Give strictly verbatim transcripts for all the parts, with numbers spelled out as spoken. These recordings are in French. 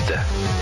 Catalyst.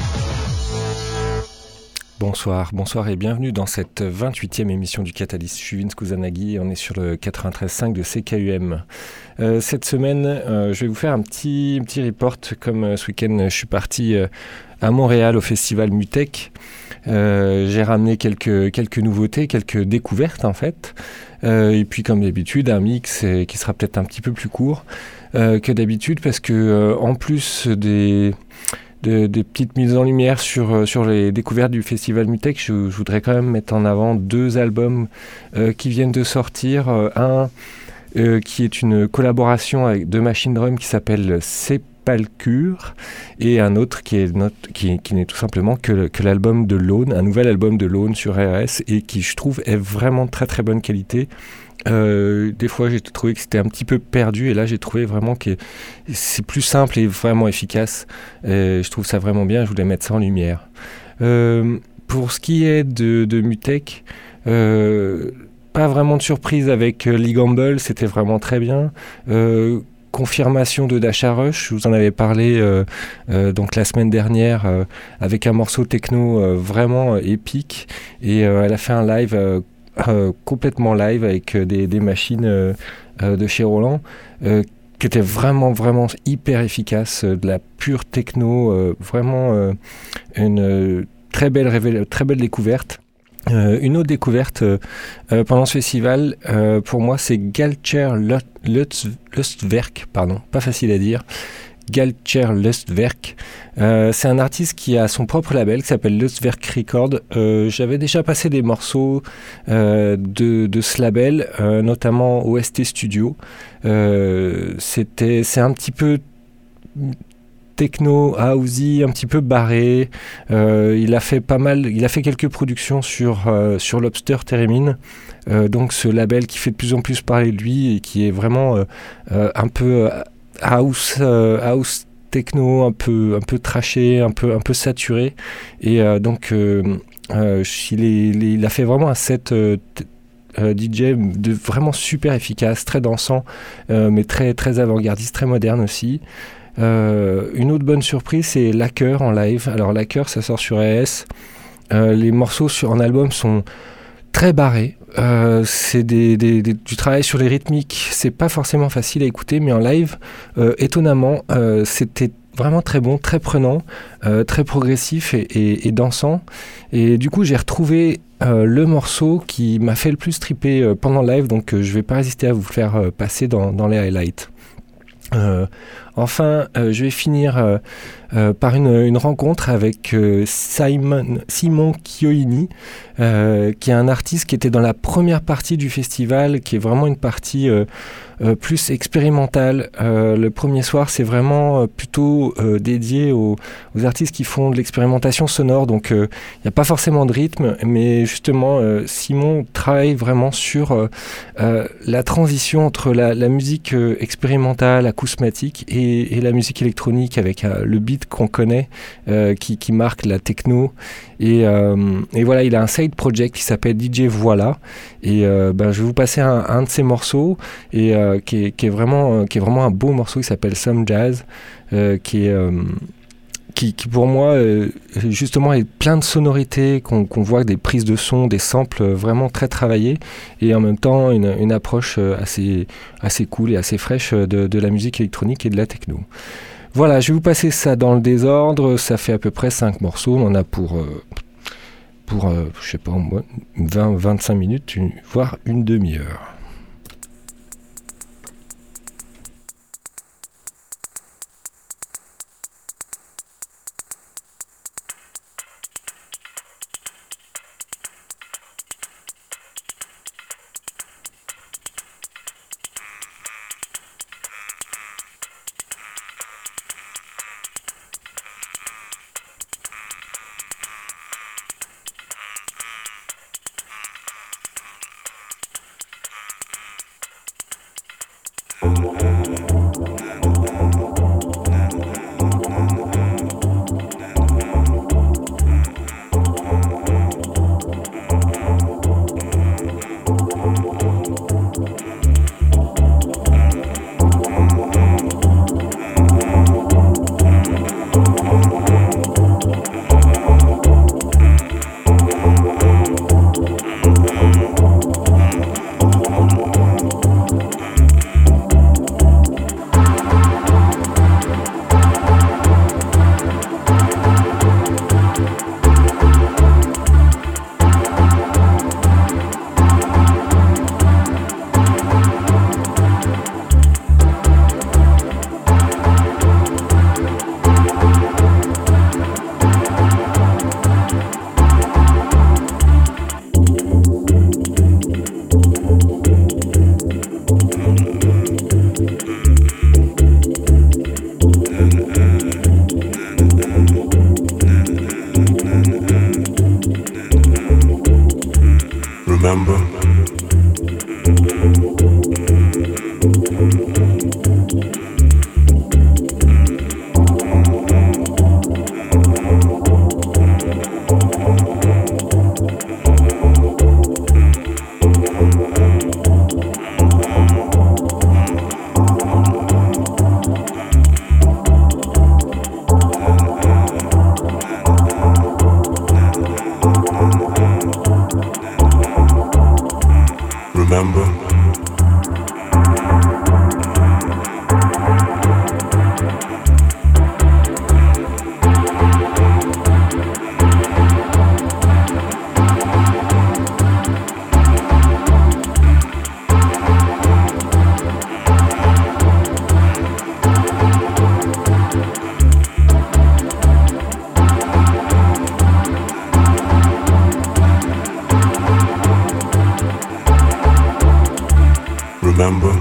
Bonsoir, bonsoir et bienvenue dans cette vingt-huitième émission du Catalyst. Je suis Vince Kusanagi et on est sur le quatre-vingt-treize virgule cinq de C K U M. Euh, cette semaine, euh, je vais vous faire un petit, un petit report. Comme euh, ce week-end, je suis parti euh, à Montréal au festival Mutech. Euh, j'ai ramené quelques, quelques nouveautés, quelques découvertes en fait. Euh, et puis comme d'habitude, un mix euh, qui sera peut-être un petit peu plus court euh, que d'habitude parce que euh, en plus des... De, des petites mises en lumière sur, sur les découvertes du festival Mutech, je, je voudrais quand même mettre en avant deux albums euh, qui viennent de sortir. Euh, un euh, qui est une collaboration avec de Machine Drum qui s'appelle Sépulcre et un autre qui, est notre, qui, qui n'est tout simplement que, que l'album de Lone, un nouvel album de Lone sur R S et qui je trouve est vraiment de très très bonne qualité. Euh, des fois j'ai trouvé que c'était un petit peu perdu et là j'ai trouvé vraiment que c'est plus simple et vraiment efficace et je trouve ça vraiment bien, je voulais mettre ça en lumière. Euh, pour ce qui est de, de Mutech, euh, pas vraiment de surprise avec euh, Lee Gamble, c'était vraiment très bien. Euh, confirmation de Dasha Rush, je vous en avais parlé euh, euh, donc la semaine dernière euh, avec un morceau techno euh, vraiment euh, épique et euh, elle a fait un live euh, Euh, complètement live avec euh, des, des machines euh, euh, de chez Roland euh, qui étaient vraiment vraiment hyper efficaces, euh, de la pure techno, euh, vraiment euh, une euh, très belle révél- très belle découverte. Euh, une autre découverte euh, euh, pendant ce festival, euh, pour moi, c'est Galcher Lustwerk, pardon, pas facile à dire. Galcher Lustwerk. Euh, c'est un artiste qui a son propre label qui s'appelle Lustwerk Record. Euh, j'avais déjà passé des morceaux euh, de, de ce label, euh, notamment O S T Studio. Euh, c'était, c'est un petit peu techno, housey, un petit peu barré. Euh, il a fait pas mal, il a fait quelques productions sur, euh, sur Lobster Theremin. Euh, donc ce label qui fait de plus en plus parler de lui et qui est vraiment euh, euh, un peu euh, house, euh, house techno, un peu, un peu trashé, un peu, un peu saturé. Et euh, donc, euh, euh, il, est, il a fait vraiment un set euh, t- euh, D J de vraiment super efficace, très dansant, euh, mais très, très avant-gardiste, très moderne aussi. Euh, une autre bonne surprise, c'est Lacker en live. Alors, Lacker, ça sort sur A S. Euh, les morceaux sur, en album sont très barrés. Euh, c'est des, des, des, du travail sur les rythmiques, c'est pas forcément facile à écouter, mais en live, euh, étonnamment, euh, c'était vraiment très bon, très prenant, euh, très progressif et, et, et dansant. Et du coup, j'ai retrouvé euh, le morceau qui m'a fait le plus triper euh, pendant le live, donc euh, je vais pas résister à vous le faire euh, passer dans, dans les highlights. Euh, enfin, euh, je vais finir euh, euh, par une, une rencontre avec euh, Simon, Simon Chioini, euh, qui est un artiste qui était dans la première partie du festival, qui est vraiment une partie euh, euh, plus expérimentale. Euh, le premier soir, c'est vraiment euh, plutôt euh, dédié aux, aux artistes qui font de l'expérimentation sonore, donc il euh, n'y a pas forcément de rythme, mais justement, euh, Simon travaille vraiment sur euh, euh, la transition entre la, la musique euh, expérimentale, acousmatique, et, et la musique électronique avec euh, le beat qu'on connaît, euh, qui, qui marque la techno. Et, euh, et voilà, il a un side project qui s'appelle D J Voilà. Et euh, ben, je vais vous passer un, un de ses morceaux, et, euh, qui, est, qui, est vraiment, qui est vraiment un beau morceau qui s'appelle Some Jazz, euh, qui est... Euh, Qui, qui pour moi euh, justement est plein de sonorités, qu'on, qu'on voit des prises de son, des samples vraiment très travaillés et en même temps une, une approche assez, assez cool et assez fraîche de, de la musique électronique et de la techno. Voilà, je vais vous passer ça dans le désordre, ça fait à peu près cinq morceaux, on en a pour, euh, pour euh, je sais pas, vingt à vingt-cinq minutes, une, voire une demi-heure. Remember? Remember?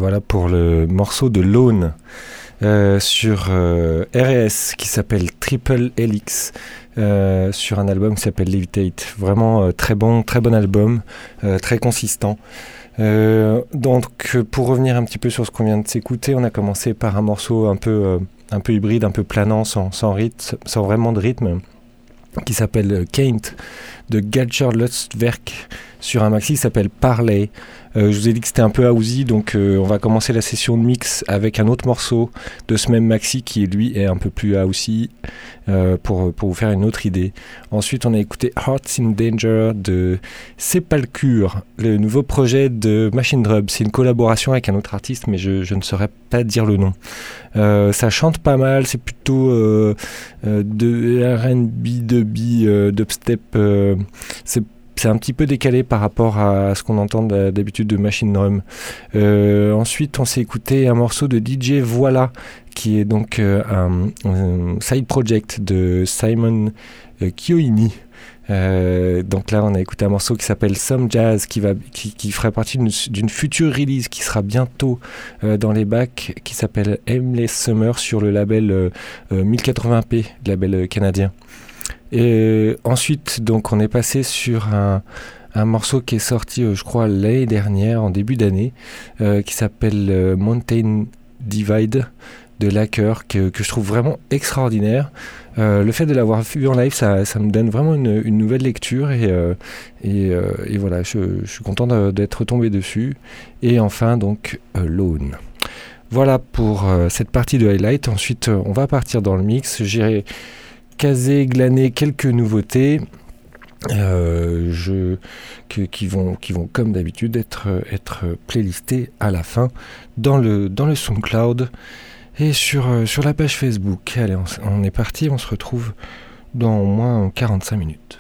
voilà pour le morceau de Lone euh, sur euh, R et S qui s'appelle Triple Helix. Euh, sur un album qui s'appelle Levitate. Vraiment euh, très bon, très bon album, euh, très consistant. Euh, donc pour revenir un petit peu sur ce qu'on vient de s'écouter, on a commencé par un morceau un peu, euh, un peu hybride, un peu planant, sans, sans, rythme, sans vraiment de rythme, qui s'appelle Kaint de Galcher Lustwerk sur un maxi qui s'appelle Parley. Euh, je vous ai dit que c'était un peu housey, donc euh, on va commencer la session de mix avec un autre morceau de ce même maxi qui lui est un peu plus housey euh, pour, pour vous faire une autre idée. Ensuite on a écouté Hearts in Danger de Sepulcure, le nouveau projet de Machine Drum. C'est une collaboration avec un autre artiste mais je, je ne saurais pas dire le nom. Euh, ça chante pas mal, c'est plutôt euh, euh, de R and B, de B, euh, dubstep, euh, c'est C'est un petit peu décalé par rapport à ce qu'on entend d'habitude de Machine Drum. Euh, ensuite, on s'est écouté un morceau de D J Voilà, qui est donc euh, un, un side project de Simon euh, Chioini. Euh, donc là, on a écouté un morceau qui s'appelle Some Jazz, qui, va, qui, qui ferait partie d'une future release qui sera bientôt euh, dans les bacs, qui s'appelle Aimless Summer sur le label euh, euh, mille quatre-vingts p, label canadien. Et ensuite, donc, on est passé sur un, un morceau qui est sorti, euh, je crois, l'année dernière, en début d'année, euh, qui s'appelle euh, Mountain Divide de Lacker, que, que je trouve vraiment extraordinaire. Euh, le fait de l'avoir vu en live, ça, ça me donne vraiment une, une nouvelle lecture et, euh, et, euh, et voilà, je, je suis content de, d'être tombé dessus. Et enfin, donc, euh, Lone. Voilà pour euh, cette partie de highlight. Ensuite, euh, on va partir dans le mix. J'irai caser, glaner quelques nouveautés euh, je, que, qui, vont, qui vont comme d'habitude être, être playlistées à la fin dans le, dans le SoundCloud et sur, sur la page Facebook. Allez, on, on est parti, on se retrouve dans au moins quarante-cinq minutes.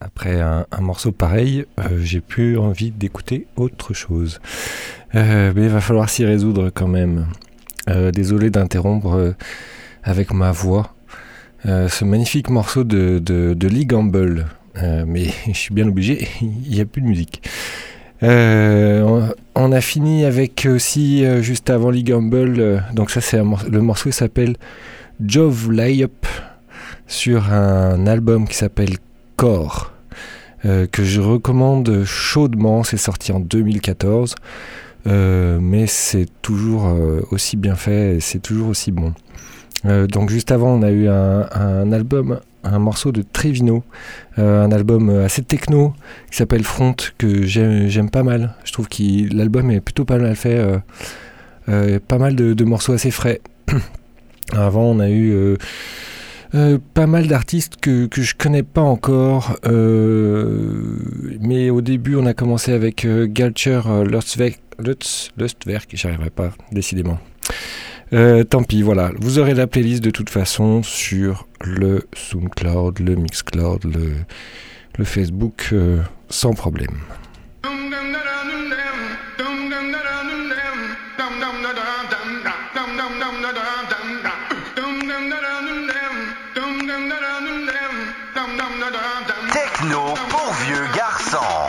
après un, un morceau pareil, euh, j'ai plus envie d'écouter autre chose. Euh, mais il va falloir s'y résoudre quand même. Euh, désolé d'interrompre euh, avec ma voix euh, ce magnifique morceau de, de, de Lee Gamble. Euh, mais je suis bien obligé, il n'y a plus de musique. Euh, on, on a fini avec aussi, euh, juste avant Lee Gamble, euh, donc ça c'est un mor- le morceau s'appelle Jove Layup sur un album qui s'appelle Core, euh, que je recommande chaudement. C'est sorti en deux mille quatorze, euh, mais c'est toujours euh, aussi bien fait, et c'est toujours aussi bon. Euh, donc juste avant, on a eu un, un album, un morceau de Trevino, euh, un album assez techno qui s'appelle Front, que j'aime, j'aime pas mal. Je trouve que l'album est plutôt pas mal fait, euh, euh, pas mal de, de morceaux assez frais. Avant, on a eu euh, euh, pas mal d'artistes que, que je connais pas encore, euh, mais au début, on a commencé avec euh, Galcher euh, Lustwerk, Lutz, Lustwerk, j'arriverai pas, décidément. Euh, tant pis, voilà. Vous aurez la playlist de toute façon sur le SoundCloud, le Mixcloud, le, le Facebook, euh, sans problème. Techno pour vieux garçons.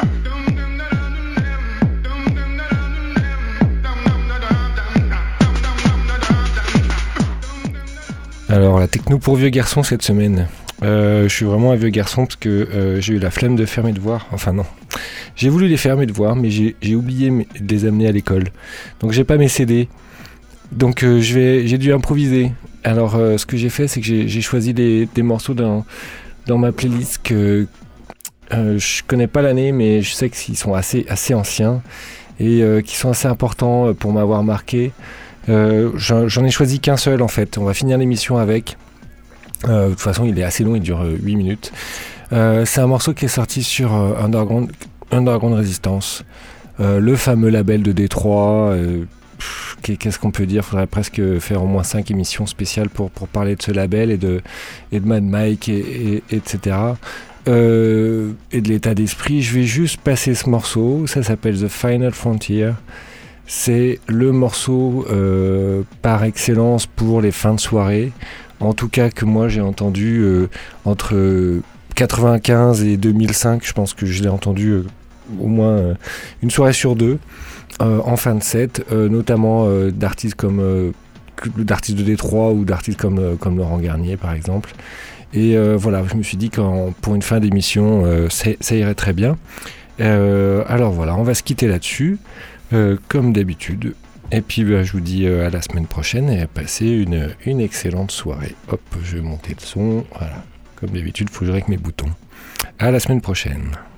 Alors, la techno pour vieux garçons cette semaine. Euh, je suis vraiment un vieux garçon parce que euh, j'ai eu la flemme de faire mes devoirs. Enfin, non. J'ai voulu les faire mes devoirs, mais j'ai, j'ai oublié de les amener à l'école. Donc, j'ai pas mes C D. Donc, euh, je vais, j'ai dû improviser. Alors, euh, ce que j'ai fait, c'est que j'ai, j'ai choisi des, des morceaux dans, dans ma playlist que euh, je connais pas l'année, mais je sais qu'ils sont assez, assez anciens et euh, qui sont assez importants pour m'avoir marqué. Euh, j'en, j'en ai choisi qu'un seul en fait. On va finir l'émission avec. Euh, de toute façon, il est assez long, il dure euh, huit minutes. Euh, c'est un morceau qui est sorti sur euh, Underground, Underground Resistance, euh, le fameux label de Détroit. Euh, pff, qu'est-ce qu'on peut dire ? Il faudrait presque faire au moins cinq émissions spéciales pour, pour parler de ce label et de, et de Mad Mike, et, et, etc. Euh, et de l'état d'esprit. Je vais juste passer ce morceau. Ça s'appelle The Final Frontier. C'est le morceau euh, par excellence pour les fins de soirée, en tout cas que moi j'ai entendu euh, entre quatre-vingt-quinze et deux mille cinq. Je pense que je l'ai entendu euh, au moins euh, une soirée sur deux euh, en fin de set, euh, notamment euh, d'artistes comme euh, d'artistes de Détroit ou d'artistes comme, euh, comme Laurent Garnier par exemple. Et euh, voilà, je me suis dit que pour une fin d'émission euh, ça, ça irait très bien. Euh, alors voilà, on va se quitter là-dessus. Euh, comme d'habitude. Et puis bah, je vous dis euh, à la semaine prochaine et passez une, une excellente soirée. Hop, je vais monter le son. Voilà. Comme d'habitude, il faut que je règle mes boutons. À la semaine prochaine.